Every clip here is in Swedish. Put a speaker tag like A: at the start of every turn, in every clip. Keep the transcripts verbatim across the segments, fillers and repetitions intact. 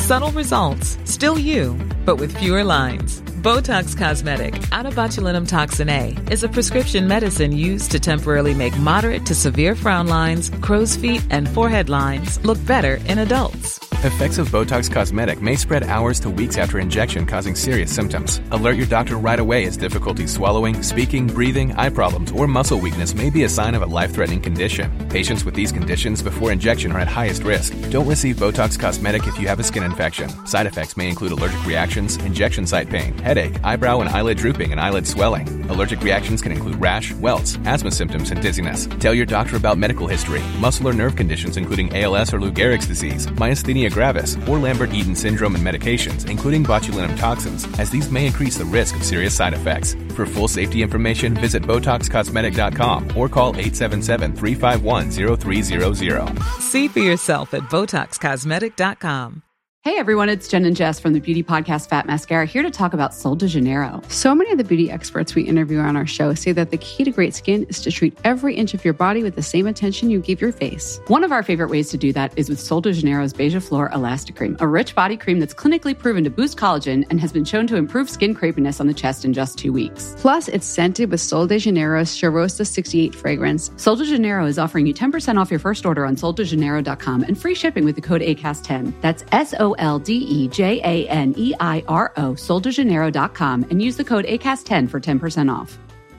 A: Subtle results, still you, but with fewer lines. Botox Cosmetic, out of botulinum toxin A, is a prescription medicine used to temporarily make moderate to severe frown lines, crow's feet, and forehead lines look better in adults.
B: Effects of Botox Cosmetic may spread hours to weeks after injection, causing serious symptoms. Alert your doctor right away as difficulty swallowing, speaking, breathing, eye problems, or muscle weakness may be a sign of a life-threatening condition. Patients with these conditions before injection are at highest risk. Don't receive Botox Cosmetic if you have a skin infection. Side effects may include allergic reactions, injection site pain, headache, eyebrow and eyelid drooping, and eyelid swelling. Allergic reactions can include rash, welts, asthma symptoms, and dizziness. Tell your doctor about medical history, muscle or nerve conditions including A L S or Lou Gehrig's disease, myasthenia gravis, or Lambert-Eaton syndrome and medications, including botulinum toxins, as these may increase the risk of serious side effects. For full safety information, visit Botox Cosmetic dot com or call eight seven seven, three five one, zero three zero zero.
A: See for yourself at Botox Cosmetic dot com.
C: Hey everyone, it's Jen and Jess from the beauty podcast Fat Mascara here to talk about Sol de Janeiro. So many of the beauty experts we interview on our show say that the key to great skin is to treat every inch of your body with the same attention you give your face. One of our favorite ways to do that is with Sol de Janeiro's Beija Flor Elastic Cream, a rich body cream that's clinically proven to boost collagen and has been shown to improve skin crepiness on the chest in just two weeks. Plus, it's scented with Sol de Janeiro's Charosta sixty-eight fragrance. Sol de Janeiro is offering you ten percent off your first order on sol de janeiro dot com and free shipping with the code A C A S T ten. That's S O L D E J A N E I R O, sol de janeiro dot com, and use the code A C A S T ten for ten percent off.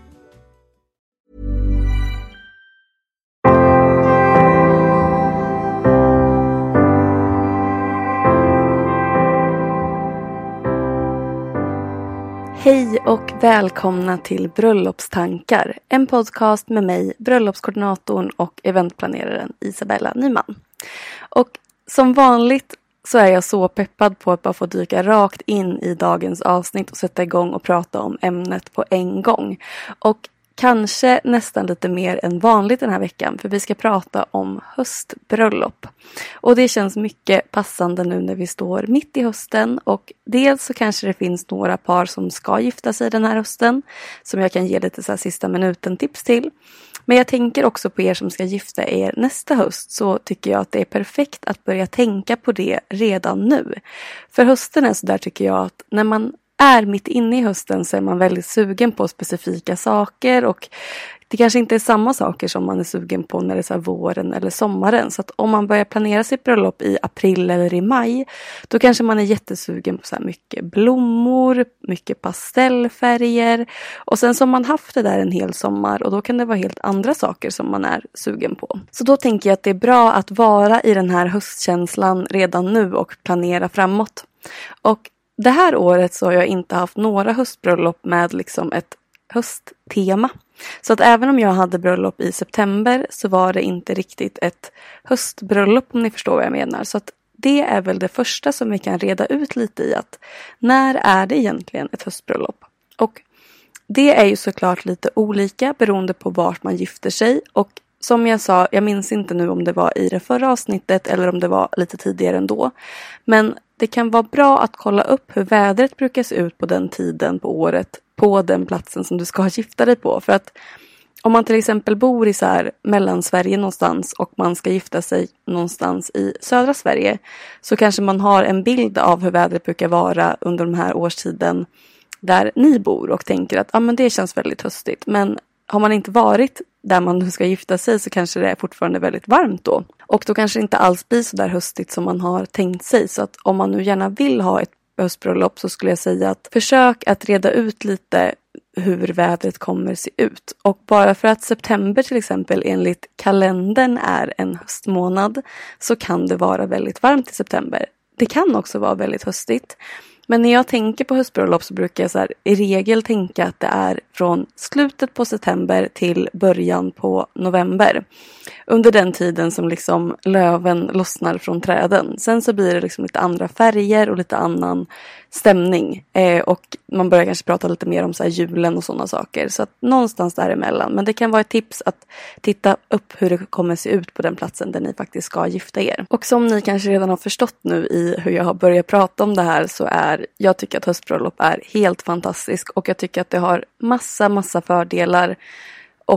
D: Hej och välkomna till Bröllopstankar, en podcast med mig, bröllopskoordinatorn och eventplaneraren Isabella Nyman. Och som vanligt så är jag så peppad på att bara få dyka rakt in i dagens avsnitt och sätta igång och prata om ämnet på en gång. Och kanske nästan lite mer än vanligt den här veckan, för vi ska prata om höstbröllop. Och det känns mycket passande nu när vi står mitt i hösten, och dels så kanske det finns några par som ska gifta sig den här hösten som jag kan ge lite så här sista minuten tips till. Men jag tänker också på er som ska gifta er nästa höst, så tycker jag att det är perfekt att börja tänka på det redan nu. För hösten är så där, tycker jag, att när man är mitt inne i hösten så är man väldigt sugen på specifika saker, och det kanske inte är samma saker som man är sugen på när det är så här våren eller sommaren. Så att om man börjar planera sitt bröllop i april eller i maj, då kanske man är jättesugen på så här mycket blommor, mycket pastellfärger. Och sen så har man haft det där en hel sommar, och då kan det vara helt andra saker som man är sugen på. Så då tänker jag att det är bra att vara i den här höstkänslan redan nu och planera framåt. Och det här året så har jag inte haft några höstbröllop med liksom ett hösttema. Så att även om jag hade bröllop i september så var det inte riktigt ett höstbröllop, om ni förstår vad jag menar. Så att det är väl det första som vi kan reda ut lite i, att när är det egentligen ett höstbröllop? Och det är ju såklart lite olika beroende på vart man gifter sig. Och som jag sa, jag minns inte nu om det var i det förra avsnittet eller om det var lite tidigare ändå. Men det kan vara bra att kolla upp hur vädret brukar se ut på den tiden på året på den platsen som du ska gifta dig på. För att om man till exempel bor i så här Mellansverige någonstans och man ska gifta sig någonstans i södra Sverige, så kanske man har en bild av hur vädret brukar vara under den här årstiden där ni bor och tänker att ah, men det känns väldigt höstigt. Men har man inte varit där man ska gifta sig så kanske det är fortfarande väldigt varmt då. Och då kanske det inte alls blir så där höstigt som man har tänkt sig. Så att om man nu gärna vill ha ett höstbröllop så skulle jag säga att försök att reda ut lite hur vädret kommer se ut. Och bara för att september till exempel enligt kalendern är en höstmånad så kan det vara väldigt varmt i september. Det kan också vara väldigt höstigt. Men när jag tänker på höstbröllop så brukar jag så här, i regel tänka att det är från slutet på september till början på november. Under den tiden som liksom löven lossnar från träden. Sen så blir det liksom lite andra färger och lite annan stämning. Eh, och man börjar kanske prata lite mer om så här julen och sådana saker. Så att någonstans däremellan. Men det kan vara ett tips att titta upp hur det kommer se ut på den platsen där ni faktiskt ska gifta er. Och som ni kanske redan har förstått nu i hur jag har börjat prata om det här, så är jag tycker att höstbröllop är helt fantastisk. Och jag tycker att det har massa, massa fördelar. Och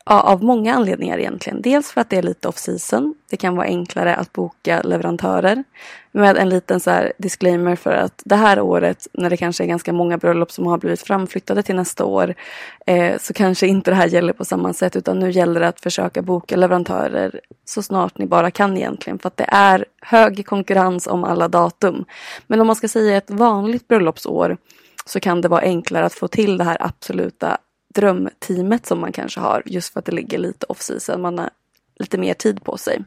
D: Ja, av många anledningar egentligen. Dels för att det är lite off-season. Det kan vara enklare att boka leverantörer. Med en liten så här disclaimer för att det här året, när det kanske är ganska många bröllop som har blivit framflyttade till nästa år, eh, så kanske inte det här gäller på samma sätt, utan nu gäller det att försöka boka leverantörer så snart ni bara kan egentligen, för att det är hög konkurrens om alla datum. Men om man ska säga ett vanligt bröllopsår så kan det vara enklare att få till det här absoluta drömteamet som man kanske har, just för att det ligger lite off-season, man har lite mer tid på sig.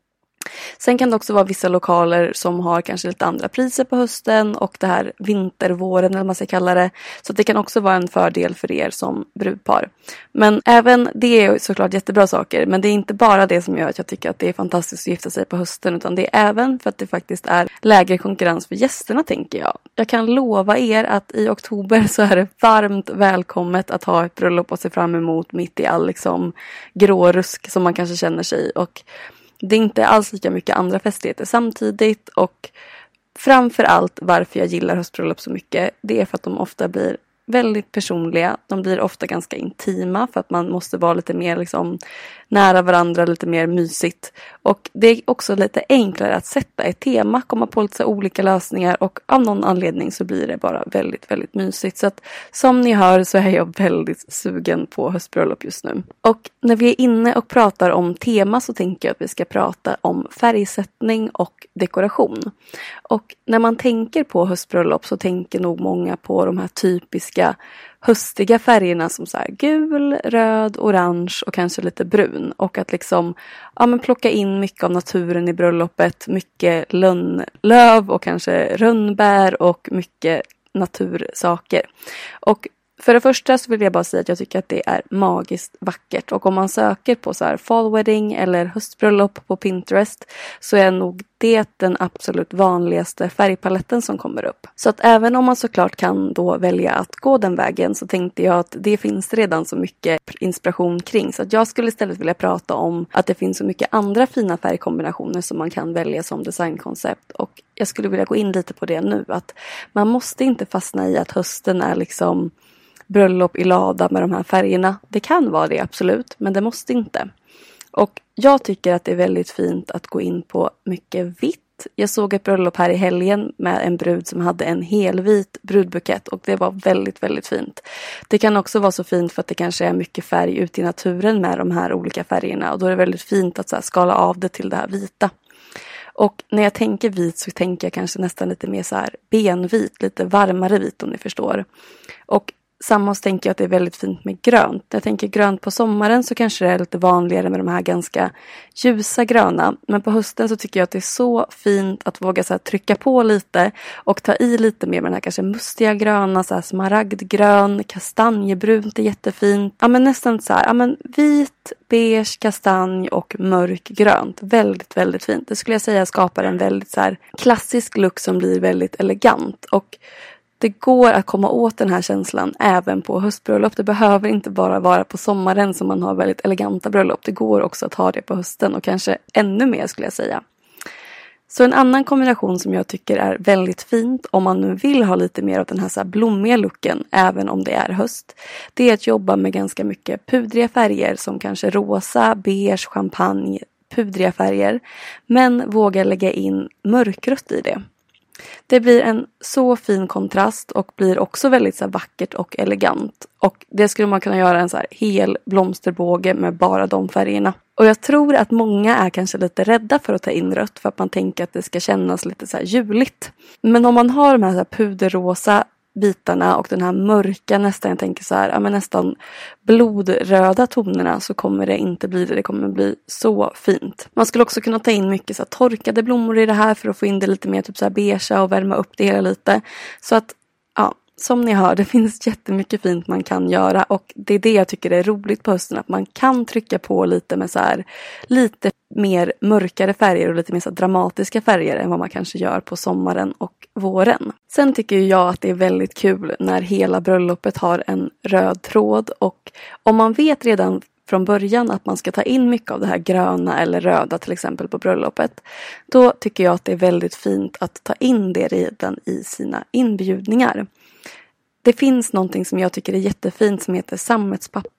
D: Sen kan det också vara vissa lokaler som har kanske lite andra priser på hösten och det här vintervåren eller vad man ska kalla det. Så det kan också vara en fördel för er som brudpar. Men även det är såklart jättebra saker. Men det är inte bara det som gör att jag tycker att det är fantastiskt att gifta sig på hösten, utan det är även för att det faktiskt är lägre konkurrens för gästerna, tänker jag. Jag kan lova er att i oktober så är det varmt välkommet att ha ett bröllop att se fram emot mitt i all liksom grårusk som man kanske känner sig. Och det är inte alls lika mycket andra festligheter samtidigt, och framför allt varför jag gillar höstbröllop så mycket, det är för att de ofta blir väldigt personliga. De blir ofta ganska intima för att man måste vara lite mer liksom nära varandra, lite mer mysigt. Och det är också lite enklare att sätta ett tema, komma på lite så olika lösningar, och av någon anledning så blir det bara väldigt, väldigt mysigt. Så att som ni hör så är jag väldigt sugen på höstbröllop just nu. Och när vi är inne och pratar om tema så tänker jag att vi ska prata om färgsättning och dekoration. Och när man tänker på höstbröllop så tänker nog många på de här typiska höstiga färgerna som så här gul, röd, orange och kanske lite brun. Och att liksom ja, men plocka in mycket av naturen i bröllopet. Mycket lönnlöv och kanske rönnbär och mycket natursaker. Och för det första så vill jag bara säga att jag tycker att det är magiskt vackert. Och om man söker på så här fall wedding eller höstbröllop på Pinterest så är nog det den absolut vanligaste färgpaletten som kommer upp. Så att även om man såklart kan då välja att gå den vägen, så tänkte jag att det finns redan så mycket inspiration kring. Så att jag skulle istället vilja prata om att det finns så mycket andra fina färgkombinationer som man kan välja som designkoncept. Och jag skulle vilja gå in lite på det nu. Att man måste inte fastna i att hösten är liksom bröllop i lada med de här färgerna. Det kan vara det absolut, men det måste inte. Och jag tycker att det är väldigt fint att gå in på mycket vitt. Jag såg ett bröllop här i helgen med en brud som hade en helvit brudbukett, och det var väldigt, väldigt fint. Det kan också vara så fint för att det kanske är mycket färg ute i naturen med de här olika färgerna, och då är det väldigt fint att så här skala av det till det här vita. Och när jag tänker vit så tänker jag kanske nästan lite mer så här benvit, lite varmare vit om ni förstår. Och samma så tänker jag att det är väldigt fint med grönt. Jag tänker grönt på sommaren så kanske det är lite vanligare med de här ganska ljusa gröna. Men på hösten så tycker jag att det är så fint att våga så här trycka på lite och ta i lite mer med den här kanske mustiga gröna, så här smaragdgrön, kastanjebrunt är jättefint. Ja, men nästan så här, ja men vit, beige, kastanj och mörkgrönt. Väldigt, väldigt fint. Det skulle jag säga skapar en väldigt så här klassisk look som blir väldigt elegant. Och det går att komma åt den här känslan även på höstbröllop. Det behöver inte bara vara på sommaren som man har väldigt eleganta bröllop. Det går också att ha det på hösten, och kanske ännu mer skulle jag säga. Så en annan kombination som jag tycker är väldigt fint om man nu vill ha lite mer av den här, så här blommiga looken även om det är höst. Det är att jobba med ganska mycket pudriga färger som kanske rosa, beige, champagne, pudriga färger. Men våga lägga in mörkrött i det. Det blir en så fin kontrast och blir också väldigt så här vackert och elegant. Och det skulle man kunna göra en så här hel blomsterbåge med bara de färgerna. Och jag tror att många är kanske lite rädda för att ta in rött för att man tänker att det ska kännas lite så här juligt. Men om man har de här, så här puderrosa bitarna och den här mörka, nästan jag tänker så här, ja, men nästan blodröda tonerna, så kommer det inte bli det. Det kommer bli så fint. Man skulle också kunna ta in mycket så här torkade blommor i det här för att få in det lite mer typ så här beige och värma upp det hela lite. Så att ja, som ni hör, det finns jättemycket fint man kan göra, och det är det jag tycker är roligt på hösten, att man kan trycka på lite med så här lite mer mörkare färger och lite mer så dramatiska färger än vad man kanske gör på sommaren och våren. Sen tycker jag att det är väldigt kul när hela bröllopet har en röd tråd, och om man vet redan från början att man ska ta in mycket av det här gröna eller röda till exempel på bröllopet, då tycker jag att det är väldigt fint att ta in det redan i sina inbjudningar. Det finns någonting som jag tycker är jättefint som heter sammetspapper.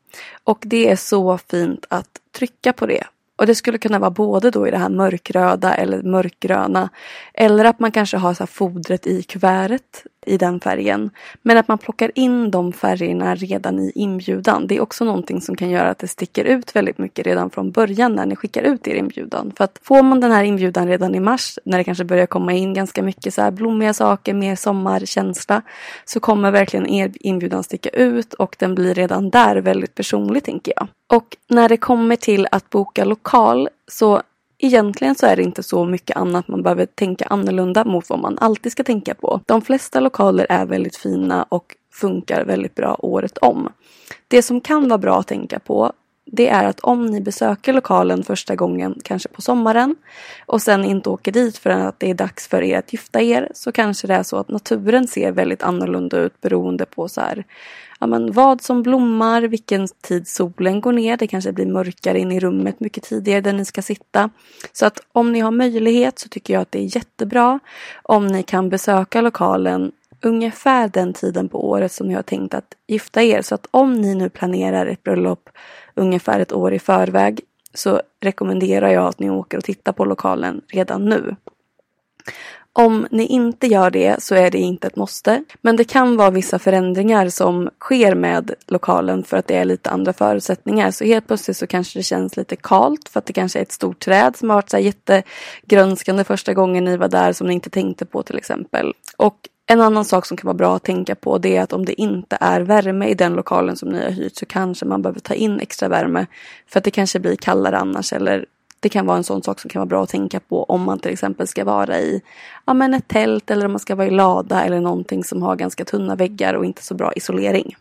D: Och det är så fint att trycka på det. Och det skulle kunna vara både då i det här mörkröda eller mörkgröna. Eller att man kanske har så här fodret i kuvertet i den färgen. Men att man plockar in de färgerna redan i inbjudan. Det är också någonting som kan göra att det sticker ut väldigt mycket redan från början när ni skickar ut er inbjudan. För att får man den här inbjudan redan i mars, när det kanske börjar komma in ganska mycket så här blommiga saker, mer sommarkänsla, så kommer verkligen er inbjudan sticka ut och den blir redan där väldigt personlig, tänker jag. Och när det kommer till att boka lokal, så egentligen så är det inte så mycket annat man behöver tänka annorlunda mot vad man alltid ska tänka på. De flesta lokaler är väldigt fina och funkar väldigt bra året om. Det som kan vara bra att tänka på, det är att om ni besöker lokalen första gången, kanske på sommaren, och sen inte åker dit förrän att det är dags för er att gifta er, så kanske det är så att naturen ser väldigt annorlunda ut beroende på så här, ja, men vad som blommar, vilken tid solen går ner. Det kanske blir mörkare in i rummet mycket tidigare där ni ska sitta. Så att om ni har möjlighet så tycker jag att det är jättebra om ni kan besöka lokalen ungefär den tiden på året som ni har tänkt att gifta er. Så att om ni nu planerar ett bröllop ungefär ett år i förväg, så rekommenderar jag att ni åker och tittar på lokalen redan nu. Om ni inte gör det så är det inte ett måste. Men det kan vara vissa förändringar som sker med lokalen för att det är lite andra förutsättningar. Så helt plötsligt så kanske det känns lite kalt för att det kanske är ett stort träd som har varit så här jättegrönskande första gången ni var där som ni inte tänkte på till exempel. Och en annan sak som kan vara bra att tänka på, det är att om det inte är värme i den lokalen som ni har hyrt, så kanske man behöver ta in extra värme för att det kanske blir kallare annars, eller det kan vara en sån sak som kan vara bra att tänka på om man till exempel ska vara i ja, men ett tält, eller om man ska vara i lada eller någonting som har ganska tunna väggar och inte så bra isolering.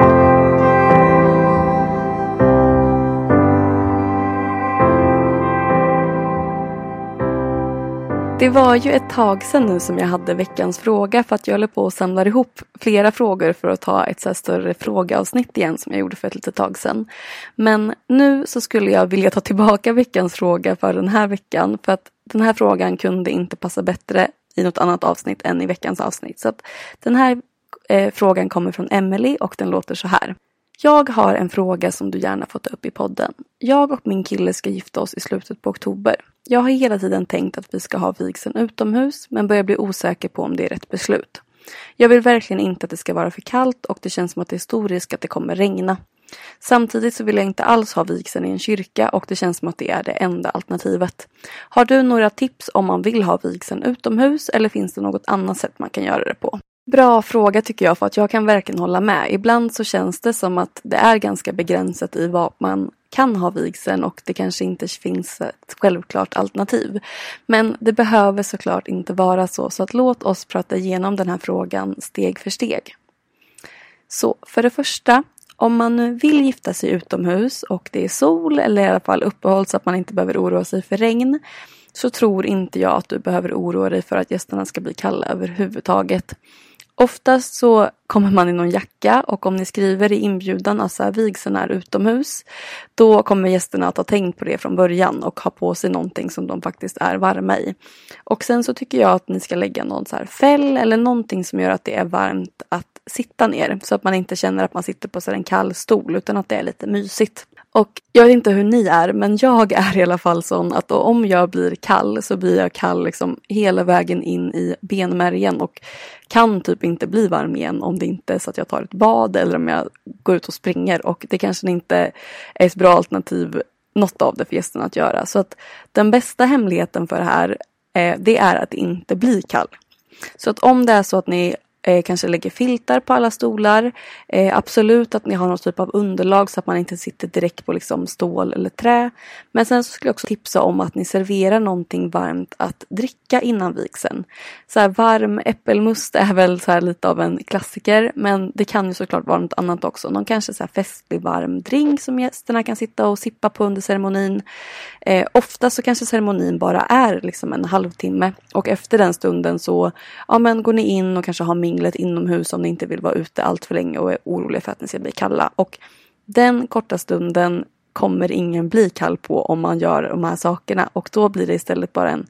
D: Det var ju ett tag sedan nu som jag hade veckans fråga, för att jag håller på att samla ihop flera frågor för att ta ett så här större frågeavsnitt igen som jag gjorde för ett litet tag sedan. Men nu så skulle jag vilja ta tillbaka veckans fråga för den här veckan, för att den här frågan kunde inte passa bättre i något annat avsnitt än i veckans avsnitt. Så att den här eh, frågan kommer från Emily och den låter så här. Jag har en fråga som du gärna får ta upp i podden. Jag och min kille ska gifta oss i slutet på oktober. Jag har hela tiden tänkt att vi ska ha vigseln utomhus, men börjar bli osäker på om det är rätt beslut. Jag vill verkligen inte att det ska vara för kallt och det känns som att det är stor risk att det kommer regna. Samtidigt så vill jag inte alls ha vigseln i en kyrka och det känns som att det är det enda alternativet. Har du några tips om man vill ha vigseln utomhus, eller finns det något annat sätt man kan göra det på? Bra fråga tycker jag, för att jag kan verkligen hålla med. Ibland så känns det som att det är ganska begränsat i vad man kan ha vigseln och det kanske inte finns ett självklart alternativ. Men det behöver såklart inte vara så, så att låt oss prata igenom den här frågan steg för steg. Så för det första, om man nu vill gifta sig utomhus och det är sol eller i alla fall uppehåll så att man inte behöver oroa sig för regn, så tror inte jag att du behöver oroa dig för att gästerna ska bli kalla överhuvudtaget. Oftast så kommer man i någon jacka, och om ni skriver i inbjudan att alltså, vigseln är utomhus, då kommer gästerna att ha tänkt på det från början och ha på sig någonting som de faktiskt är varma i. Och sen så tycker jag att ni ska lägga någon så här fäll eller någonting som gör att det är varmt att sitta ner, så att man inte känner att man sitter på så en kall stol utan att det är lite mysigt. Och jag vet inte hur ni är, men jag är i alla fall sån att om jag blir kall så blir jag kall liksom hela vägen in i benmärgen och kan typ inte bli varm igen om det inte är så att jag tar ett bad eller om jag går ut och springer, och det kanske inte är ett bra alternativ något av det för gästerna att göra. Så att den bästa hemligheten för det här eh, det är att det inte blir kall. Så att om det är så att ni Eh, kanske lägger filtar på alla stolar. Eh, absolut att ni har någon typ av underlag så att man inte sitter direkt på liksom stål eller trä. Men sen så skulle jag också tipsa om att ni serverar någonting varmt att dricka innan vigseln. Så här varm äppelmust är väl så här lite av en klassiker. Men det kan ju såklart vara något annat också. Någon kanske så här festlig varm drink som gästerna kan sitta och sippa på under ceremonin. Eh, ofta så kanske ceremonin bara är liksom en halvtimme. Och efter den stunden så ja, men går ni in och kanske har minglet inomhus om ni inte vill vara ute allt för länge och är oroliga för att ni ska bli kalla. Och den korta stunden kommer ingen bli kall på om man gör de här sakerna. Och då blir det istället bara en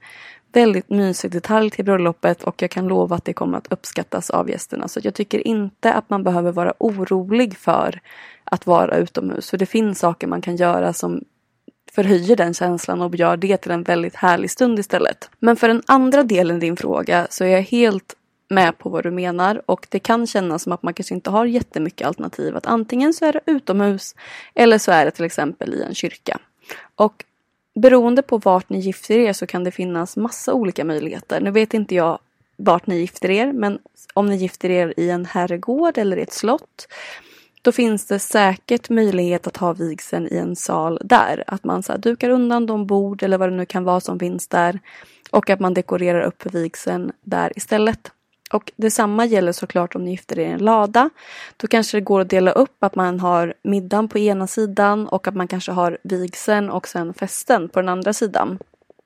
D: väldigt mysig detalj till bröllopet och jag kan lova att det kommer att uppskattas av gästerna. Så jag tycker inte att man behöver vara orolig för att vara utomhus. För det finns saker man kan göra som förhöjer den känslan och gör det till en väldigt härlig stund istället. Men för den andra delen i din fråga så är jag helt med på vad du menar och det kan kännas som att man kanske inte har jättemycket alternativ. Att antingen så är det utomhus eller så är det till exempel i en kyrka. Och beroende på vart ni gifter er så kan det finnas massa olika möjligheter. Nu vet inte jag vart ni gifter er, men om ni gifter er i en herrgård eller i ett slott, då finns det säkert möjlighet att ha vigseln i en sal där. Att man så här dukar undan de bord eller vad det nu kan vara som finns där och att man dekorerar upp för vigseln där istället. Och detsamma gäller såklart om ni gifter er i en lada. Då kanske det går att dela upp att man har middagen på ena sidan och att man kanske har vigseln och sen festen på den andra sidan.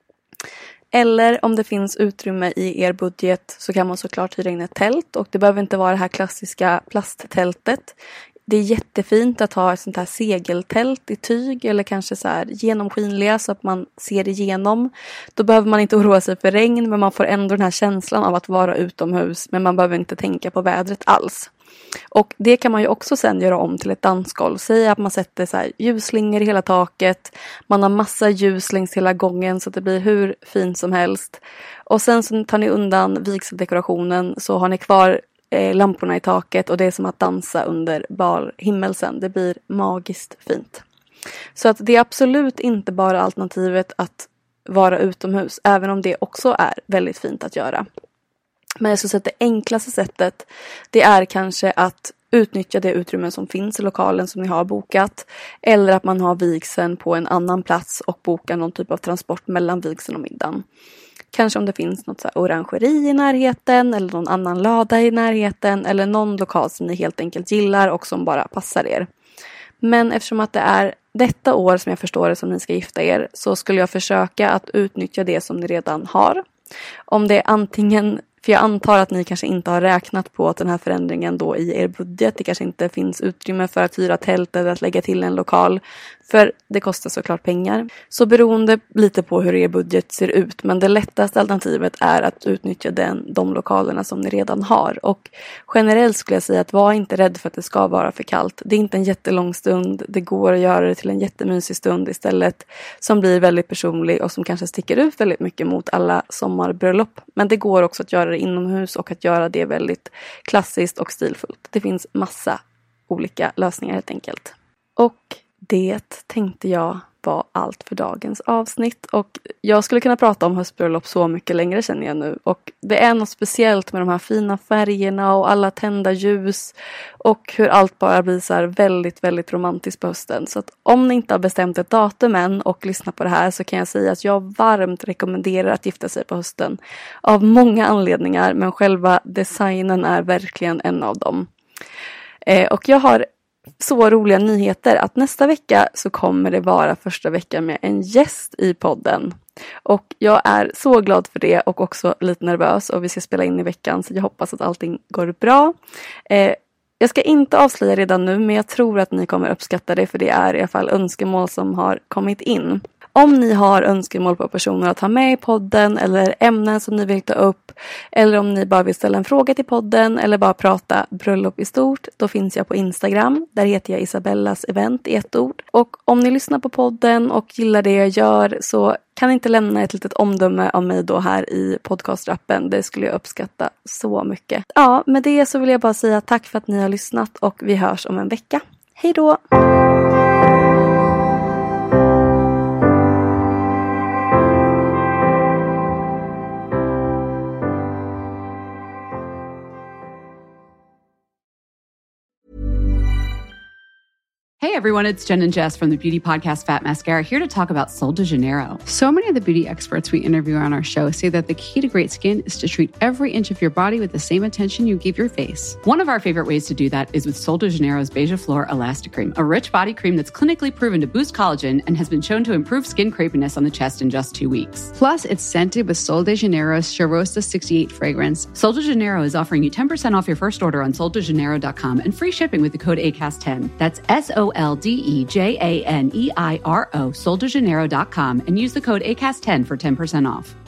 D: Eller om det finns utrymme i er budget så kan man såklart hyra in ett tält och det behöver inte vara det här klassiska plasttältet. Det är jättefint att ha ett sånt här segeltält i tyg eller kanske så här genomskinliga så att man ser igenom. Då behöver man inte oroa sig för regn men man får ändå den här känslan av att vara utomhus men man behöver inte tänka på vädret alls. Och det kan man ju också sen göra om till ett dansgolv. Säg att man sätter så här ljusslingor i hela taket. Man har massa ljus längs hela gången så att det blir hur fint som helst. Och sen så tar ni undan vigseldekorationen så har ni kvar lamporna i taket och det är som att dansa under bar himmel sen. Det blir magiskt fint. Så att det är absolut inte bara alternativet att vara utomhus, även om det också är väldigt fint att göra. Men jag skulle säga att det enklaste sättet det är kanske att utnyttja det utrymme som finns i lokalen som ni har bokat. Eller att man har vigseln på en annan plats och bokar någon typ av transport mellan vigseln och middagen. Kanske om det finns något så här orangeri i närheten eller någon annan lada i närheten eller någon lokal som ni helt enkelt gillar och som bara passar er. Men eftersom att det är detta år som jag förstår det som ni ska gifta er så skulle jag försöka att utnyttja det som ni redan har. Om det är antingen, för jag antar att ni kanske inte har räknat på att den här förändringen då i er budget. Det kanske inte finns utrymme för att hyra tält eller att lägga till en lokal. För det kostar såklart pengar. Så beroende lite på hur er budget ser ut. Men det lättaste alternativet är att utnyttja den, de lokalerna som ni redan har. Och generellt skulle jag säga att var inte rädd för att det ska vara för kallt. Det är inte en jättelång stund. Det går att göra det till en jättemysig stund istället. Som blir väldigt personlig och som kanske sticker ut väldigt mycket mot alla sommarbröllop. Men det går också att göra det inomhus och att göra det väldigt klassiskt och stilfullt. Det finns massa olika lösningar helt enkelt. Och det tänkte jag var allt för dagens avsnitt. Och jag skulle kunna prata om höstbröllop så mycket längre känner jag nu. Och det är något speciellt med de här fina färgerna och alla tända ljus. Och hur allt bara blir så här väldigt, väldigt romantiskt på hösten. Så att om ni inte har bestämt ett datum än och lyssnar på det här så kan jag säga att jag varmt rekommenderar att gifta sig på hösten. Av många anledningar, men själva designen är verkligen en av dem. Eh, och jag har så roliga nyheter att nästa vecka så kommer det vara första veckan med en gäst i podden. Och jag är så glad för det och också lite nervös och vi ska spela in i veckan så jag hoppas att allting går bra. Eh, jag ska inte avslöja redan nu men jag tror att ni kommer uppskatta det för det är i alla fall önskemål som har kommit in. Om ni har önskemål på personer att ha med i podden eller ämnen som ni vill ta upp eller om ni bara vill ställa en fråga till podden eller bara prata bröllop i stort, då finns jag på Instagram. Där heter jag Isabellas event i ett ord. Och om ni lyssnar på podden och gillar det jag gör så kan ni inte lämna ett litet omdöme av mig då här i podcastrappen. Det skulle jag uppskatta så mycket. Ja, med det så vill jag bara säga tack för att ni har lyssnat och vi hörs om en vecka. Hej då!
C: Hey everyone, it's Jen and Jess from the beauty podcast Fat Mascara here to talk about Sol de Janeiro. So many of the beauty experts we interview on our show say that the key to great skin is to treat every inch of your body with the same attention you give your face. One of our favorite ways to do that is with Sol de Janeiro's Beija Flor Elastic Cream, a rich body cream that's clinically proven to boost collagen and has been shown to improve skin crepiness on the chest in just two weeks. Plus, it's scented with Sol de Janeiro's Charosta sixty-eight fragrance. Sol de Janeiro is offering you ten percent off your first order on sol de janeiro dot com and free shipping with the code A C A S T ten. That's S O L D E J A N E I R O, sol de janeiro dot com, and use the code A C A S ten for ten percent off.